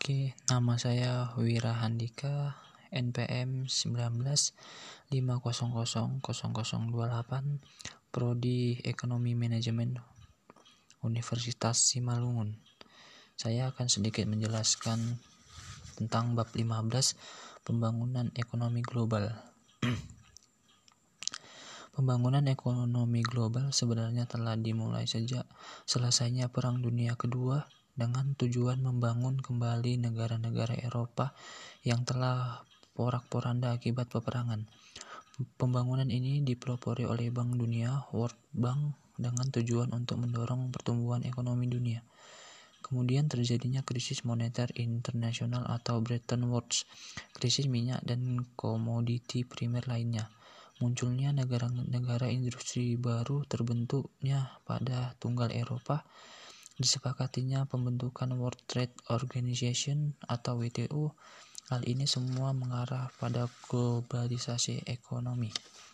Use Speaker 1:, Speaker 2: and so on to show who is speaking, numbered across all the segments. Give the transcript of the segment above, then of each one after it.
Speaker 1: Oke, nama saya Wira Handika, NPM 1950000028, Prodi Ekonomi Manajemen, Universitas Simalungun. Saya akan sedikit menjelaskan tentang bab 15, pembangunan ekonomi global. Pembangunan ekonomi global sebenarnya telah dimulai sejak selesainya Perang Dunia Kedua dengan tujuan membangun kembali negara-negara Eropa yang telah porak-poranda akibat peperangan. Pembangunan ini dipelopori oleh Bank Dunia, World Bank, dengan tujuan untuk mendorong pertumbuhan ekonomi dunia. Kemudian terjadinya krisis moneter internasional atau Bretton Woods, krisis minyak dan komoditi primer lainnya. Munculnya negara-negara industri baru, terbentuknya pada tunggal Eropa, disepakatinya pembentukan World Trade Organization atau WTO. Hal ini semua mengarah pada globalisasi ekonomi.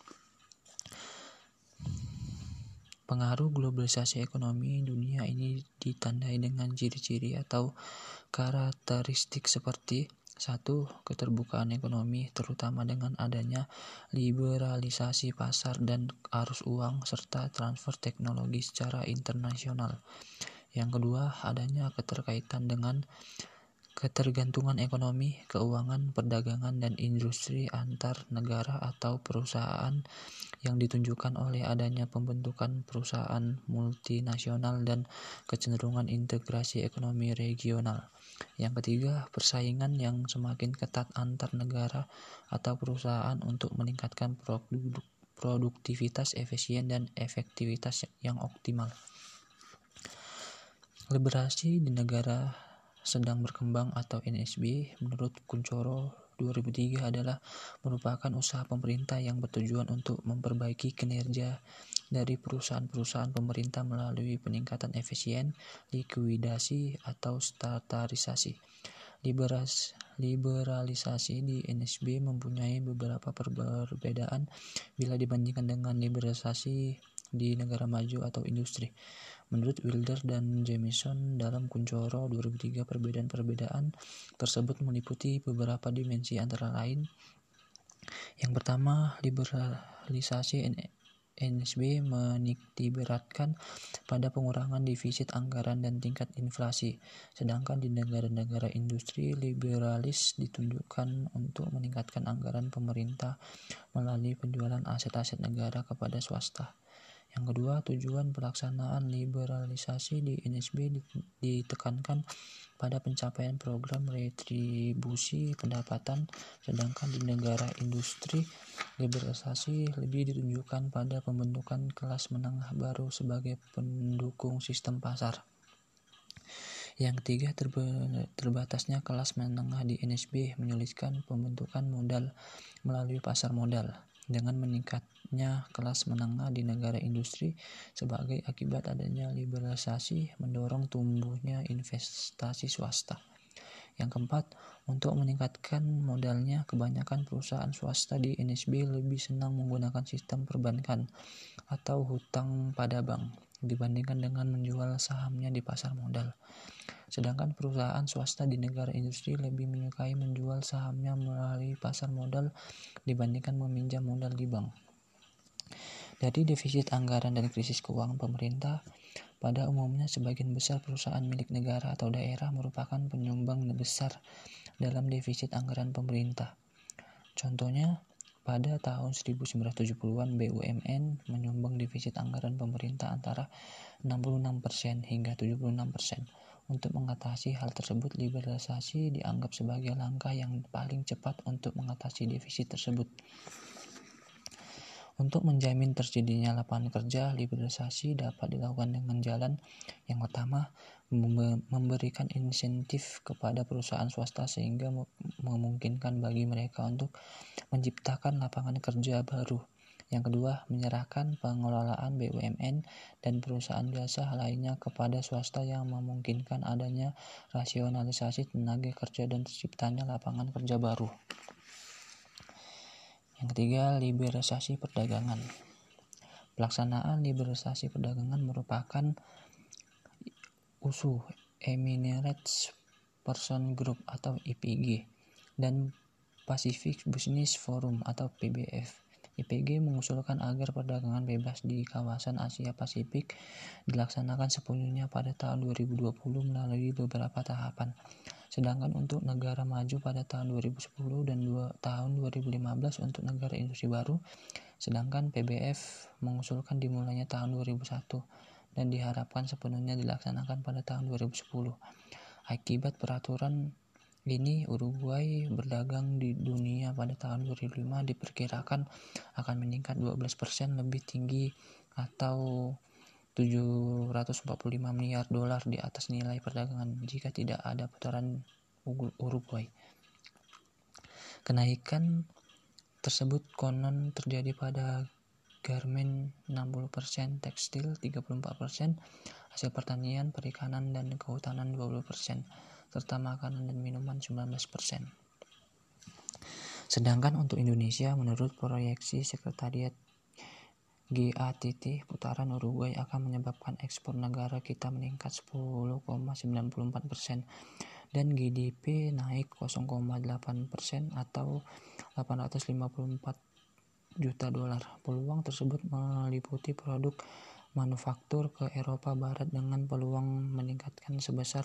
Speaker 1: Pengaruh globalisasi ekonomi dunia ini ditandai dengan ciri-ciri atau karakteristik seperti 1. Keterbukaan ekonomi, terutama dengan adanya liberalisasi pasar dan arus uang, serta transfer teknologi secara internasional. Yang kedua, adanya ketergantungan ekonomi, keuangan, perdagangan, dan industri antar negara atau perusahaan yang ditunjukkan oleh adanya pembentukan perusahaan multinasional dan kecenderungan integrasi ekonomi regional. Yang ketiga, persaingan yang semakin ketat antar negara atau perusahaan untuk meningkatkan produktivitas, efisien, dan efektivitas yang optimal. Liberasi di negara sedang berkembang atau NSB menurut Kuncoro 2003 adalah merupakan usaha pemerintah yang bertujuan untuk memperbaiki kinerja dari perusahaan-perusahaan pemerintah melalui peningkatan efisien, likuidasi, atau standarisasi. Liberalisasi di NSB mempunyai beberapa perbedaan bila dibandingkan dengan liberalisasi di negara maju atau industri. Menurut Wilder dan Jamieson dalam Kuncoro 2003, perbedaan-perbedaan tersebut meliputi beberapa dimensi antara lain. Yang pertama, liberalisasi NSB menitikberatkan pada pengurangan defisit anggaran dan tingkat inflasi, sedangkan di negara-negara industri liberalis ditunjukkan untuk meningkatkan anggaran pemerintah melalui penjualan aset-aset negara kepada swasta. Yang kedua, tujuan pelaksanaan liberalisasi di NSB ditekankan pada pencapaian program retribusi pendapatan, sedangkan di negara industri, liberalisasi lebih ditunjukkan pada pembentukan kelas menengah baru sebagai pendukung sistem pasar. Yang ketiga, terbatasnya kelas menengah di NSB menyulitkan pembentukan modal melalui pasar modal. Dengan meningkatnya kelas menengah di negara industri sebagai akibat adanya liberalisasi mendorong tumbuhnya investasi swasta. Yang keempat, untuk meningkatkan modalnya, kebanyakan perusahaan swasta di NSB lebih senang menggunakan sistem perbankan atau hutang pada bank dibandingkan dengan menjual sahamnya di pasar modal. Sedangkan perusahaan swasta di negara industri lebih menyukai menjual sahamnya melalui pasar modal dibandingkan meminjam modal di bank. Dari defisit anggaran dan krisis keuangan pemerintah, pada umumnya sebagian besar perusahaan milik negara atau daerah merupakan penyumbang besar dalam defisit anggaran pemerintah. Contohnya, pada tahun 1970-an BUMN menyumbang defisit anggaran pemerintah antara 66% hingga 76%. Untuk mengatasi hal tersebut, liberalisasi dianggap sebagai langkah yang paling cepat untuk mengatasi defisit tersebut. Untuk menjamin terjadinya lapangan kerja, liberalisasi dapat dilakukan dengan jalan yang pertama, memberikan insentif kepada perusahaan swasta sehingga memungkinkan bagi mereka untuk menciptakan lapangan kerja baru. Yang kedua, menyerahkan pengelolaan BUMN dan perusahaan jasa lainnya kepada swasta yang memungkinkan adanya rasionalisasi tenaga kerja dan terciptanya lapangan kerja baru. Yang ketiga, liberalisasi perdagangan. Pelaksanaan liberalisasi perdagangan merupakan issue eminent Person Group atau IPG dan Pacific Business Forum atau PBF. IPG mengusulkan agar perdagangan bebas di kawasan Asia Pasifik dilaksanakan sepenuhnya pada tahun 2020 melalui beberapa tahapan. Sedangkan untuk negara maju pada tahun 2010 dan tahun 2015 untuk negara industri baru, sedangkan PBF mengusulkan dimulainya tahun 2001 dan diharapkan sepenuhnya dilaksanakan pada tahun 2010. Akibat peraturan ini, Uruguay berdagang di dunia pada tahun 2005 diperkirakan akan meningkat 12% lebih tinggi atau 745 miliar dolar di atas nilai perdagangan jika tidak ada putaran Uruguay. Kenaikan tersebut konon terjadi pada garmen 60%, tekstil 34%, hasil pertanian, perikanan, dan kehutanan 20%, serta makanan dan minuman 19%. Sedangkan untuk Indonesia, menurut proyeksi Sekretariat GATT, putaran Uruguay akan menyebabkan ekspor negara kita meningkat 10,94% dan GDP naik 0,8% atau 854 juta dolar. Peluang tersebut meliputi produk manufaktur ke Eropa Barat dengan peluang meningkatkan sebesar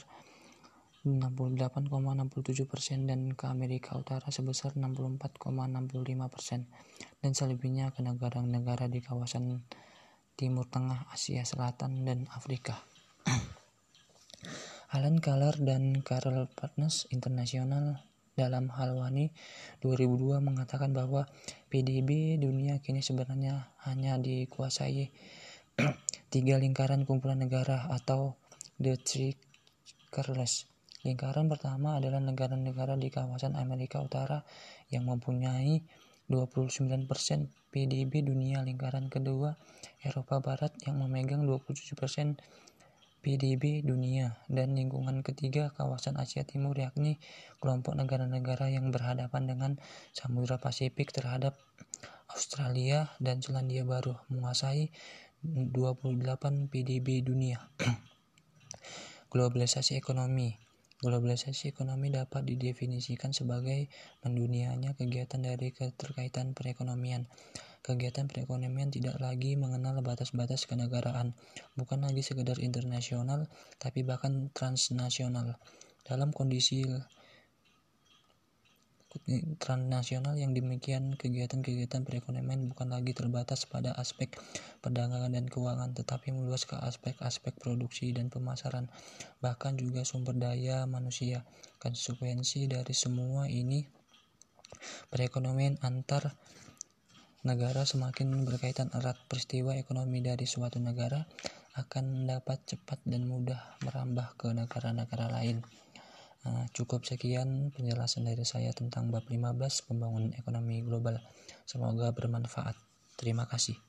Speaker 1: 68,67% dan ke Amerika Utara sebesar 64,65% dan selebihnya ke negara-negara di kawasan Timur Tengah, Asia Selatan, dan Afrika. Alan Keller dan Carl Partners International dalam Halwani 2002 mengatakan bahwa PDB dunia kini sebenarnya hanya dikuasai 3 lingkaran kumpulan negara atau The Three Circles. Lingkaran pertama adalah negara-negara di kawasan Amerika Utara yang mempunyai 29% PDB dunia. Lingkaran kedua, Eropa Barat yang memegang 27% PDB dunia. Dan lingkungan ketiga, kawasan Asia Timur, yakni kelompok negara-negara yang berhadapan dengan Samudra Pasifik terhadap Australia dan Selandia Baru, menguasai 28 PDB dunia. Globalisasi ekonomi. Globalisasi ekonomi dapat didefinisikan sebagai mendunianya kegiatan dari keterkaitan perekonomian. Kegiatan perekonomian tidak lagi mengenal batas-batas kenegaraan, bukan lagi sekedar internasional, tapi bahkan transnasional. Dalam kondisi transnasional yang demikian, kegiatan-kegiatan perekonomian bukan lagi terbatas pada aspek perdagangan dan keuangan, tetapi meluas ke aspek-aspek produksi dan pemasaran, bahkan juga sumber daya manusia. Konsekuensi dari semua ini, perekonomian antar negara semakin berkaitan erat. Peristiwa ekonomi dari suatu negara akan dapat cepat dan mudah merambah ke negara-negara lain. Cukup sekian penjelasan dari saya tentang bab 15 pembangunan ekonomi global. Semoga bermanfaat. Terima kasih.